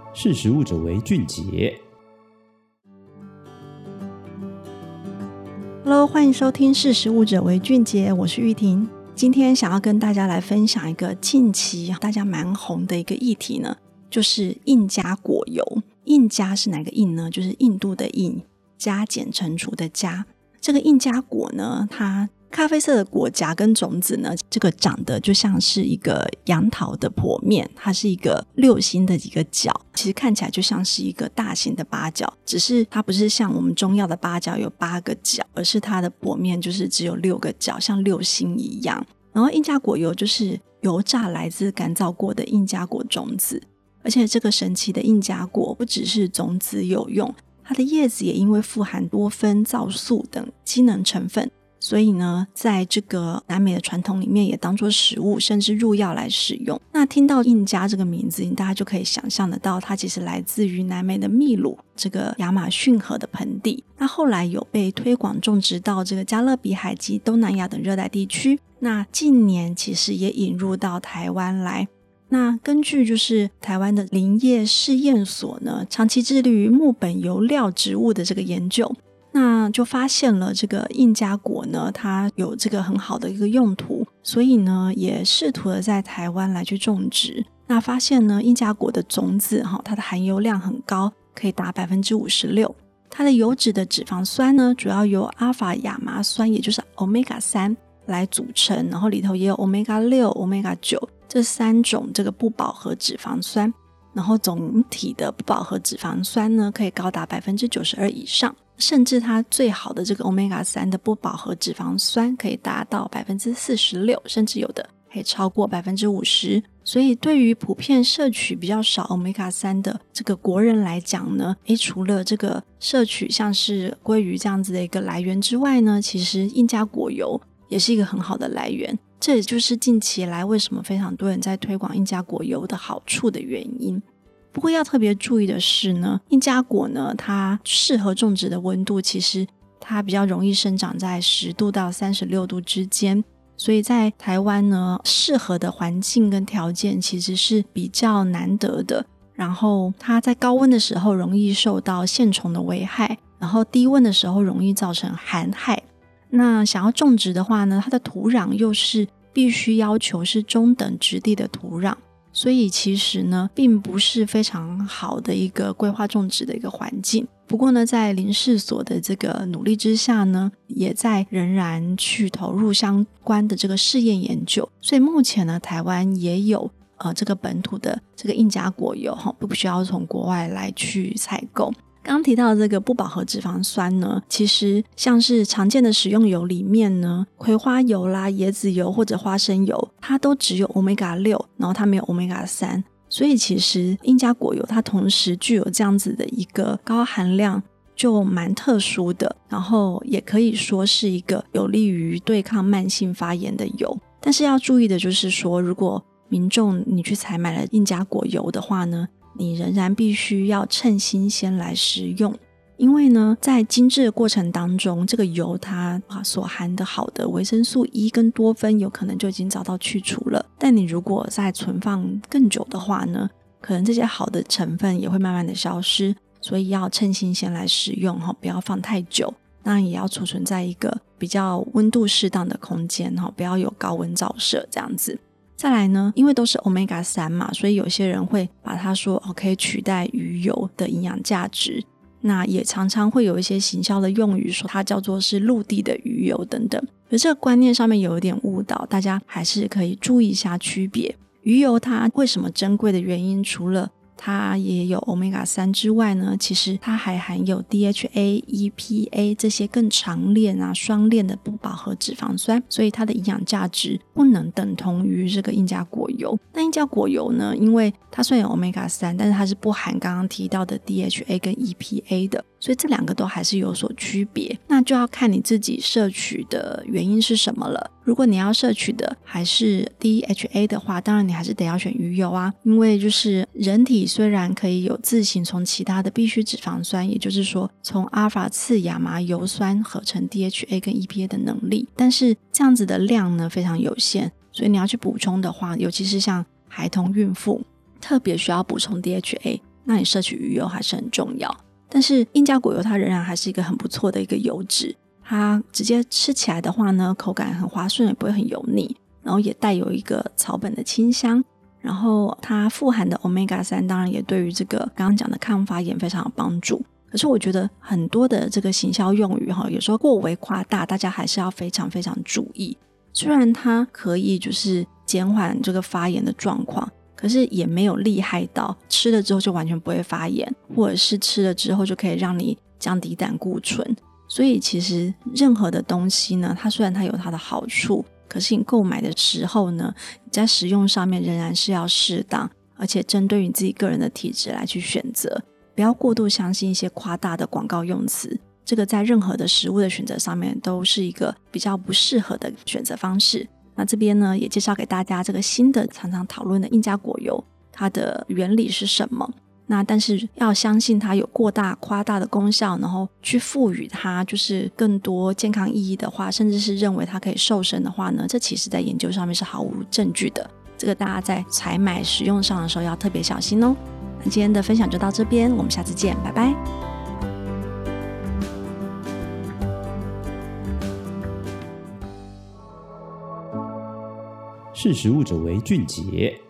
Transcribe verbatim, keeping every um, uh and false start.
识时务者为俊杰。 Hello， 欢迎收听识时务者为俊杰，我是玉婷。今天想要跟大家来分享一个近期大家蛮红的一个议题呢，就是印加果油。印加是哪个印呢？就是印度的印，加减乘除的加。这个印加果呢，它咖啡色的果荚跟种子呢，这个长得就像是一个杨桃的剖面，它是一个六星的一个角，其实看起来就像是一个大型的八角，只是它不是像我们中药的八角有八个角，而是它的剖面就是只有六个角，像六星一样。然后印加果油就是油榨来自干燥过的印加果种子，而且这个神奇的印加果不只是种子有用，它的叶子也因为富含多酚、皂素等机能成分，所以呢在这个南美的传统里面也当作食物甚至入药来使用。那听到印加这个名字，大家就可以想象得到它其实来自于南美的秘鲁这个亚马逊河的盆地，那后来有被推广种植到这个加勒比海及东南亚等热带地区，那近年其实也引入到台湾来。那根据就是台湾的林业试验所呢，长期致力于木本油料植物的这个研究，那就发现了这个印加果呢，它有这个很好的一个用途，所以呢也试图的在台湾来去种植。那发现呢印加果的种子它的含油量很高，可以达 百分之五十六， 它的油脂的脂肪酸呢主要由阿法亚麻酸也就是 欧米伽三 来组成，然后里头也有 欧米伽六、欧米伽九这三种这个不饱和脂肪酸，然后总体的不饱和脂肪酸呢可以高达 百分之九十二 以上，甚至它最好的这个 欧米伽三 的不饱和脂肪酸可以达到 百分之四十六， 甚至有的可以超过 百分之五十。 所以对于普遍摄取比较少 欧米伽三 的这个国人来讲呢，诶除了这个摄取像是鲑鱼这样子的一个来源之外呢，其实印加果油也是一个很好的来源。这也就是近期来为什么非常多人在推广印加果油的好处的原因。不过要特别注意的是呢，印加果呢它适合种植的温度其实它比较容易生长在十度到三十六度之间，所以在台湾呢适合的环境跟条件其实是比较难得的。然后它在高温的时候容易受到线虫的危害，然后低温的时候容易造成寒害。那想要种植的话呢，它的土壤又是必须要求是中等质地的土壤，所以其实呢并不是非常好的一个规划种植的一个环境。不过呢在林试所的这个努力之下呢，也在仍然去投入相关的这个试验研究，所以目前呢台湾也有呃这个本土的这个印加果油不需要从国外来去采购。刚刚提到的这个不饱和脂肪酸呢，其实像是常见的食用油里面呢，葵花油啦、椰子油或者花生油，它都只有 欧米伽六， 然后它没有 欧米伽三， 所以其实印加果油它同时具有这样子的一个高含量，就蛮特殊的，然后也可以说是一个有利于对抗慢性发炎的油。但是要注意的就是说，如果民众你去采买了印加果油的话呢，你仍然必须要趁新鲜来食用，因为呢在精制的过程当中，这个油它所含的好的维生素 E 跟多酚有可能就已经遭到去除了，但你如果再存放更久的话呢，可能这些好的成分也会慢慢的消失，所以要趁新鲜来食用，不要放太久，当然也要储存在一个比较温度适当的空间，不要有高温照射这样子。再来呢，因为都是 欧米伽三 嘛，所以有些人会把它说、哦、可以取代鱼油的营养价值，那也常常会有一些行销的用语说它叫做是陆地的鱼油等等，可是这个观念上面有一点误导，大家还是可以注意一下区别。鱼油它为什么珍贵的原因，除了它也有 欧米伽三 之外呢，其实它还含有 D H A、E P A 这些更长链啊双链的不饱和脂肪酸，所以它的营养价值不能等同于这个印加果油。那印加果油呢，因为它虽然有 欧米伽三， 但是它是不含刚刚提到的 D H A 跟 E P A 的，所以这两个都还是有所区别，那就要看你自己摄取的原因是什么了。如果你要摄取的还是 D H A 的话，当然你还是得要选鱼油啊，因为就是人体虽然可以有自行从其他的必需脂肪酸，也就是说从阿尔法次亚麻油酸合成 D H A 跟 E P A 的能力，但是这样子的量呢非常有限，所以你要去补充的话，尤其是像孩童孕妇特别需要补充 D H A， 那你摄取鱼油还是很重要。但是印加果油它仍然还是一个很不错的一个油脂，它直接吃起来的话呢，口感很滑顺，也不会很油腻，然后也带有一个草本的清香，然后它富含的 欧米伽三 当然也对于这个刚刚讲的抗发炎非常有帮助。可是我觉得很多的这个行销用语有时候过为夸大，大家还是要非常非常注意。虽然它可以就是减缓这个发炎的状况，可是也没有厉害到吃了之后就完全不会发炎，或者是吃了之后就可以让你降低胆固醇。所以其实任何的东西呢，它虽然它有它的好处，可是你购买的时候呢，你在食用上面仍然是要适当，而且针对你自己个人的体质来去选择，不要过度相信一些夸大的广告用词，这个在任何的食物的选择上面都是一个比较不适合的选择方式。那这边呢也介绍给大家这个新的常常讨论的印加果油，它的原理是什么。那但是要相信它有过大夸大的功效，然后去赋予它就是更多健康意义的话，甚至是认为它可以瘦身的话呢，这其实在研究上面是毫无证据的，这个大家在采买使用上的时候要特别小心哦。那今天的分享就到这边，我们下次见，拜拜。 识时务者为俊杰。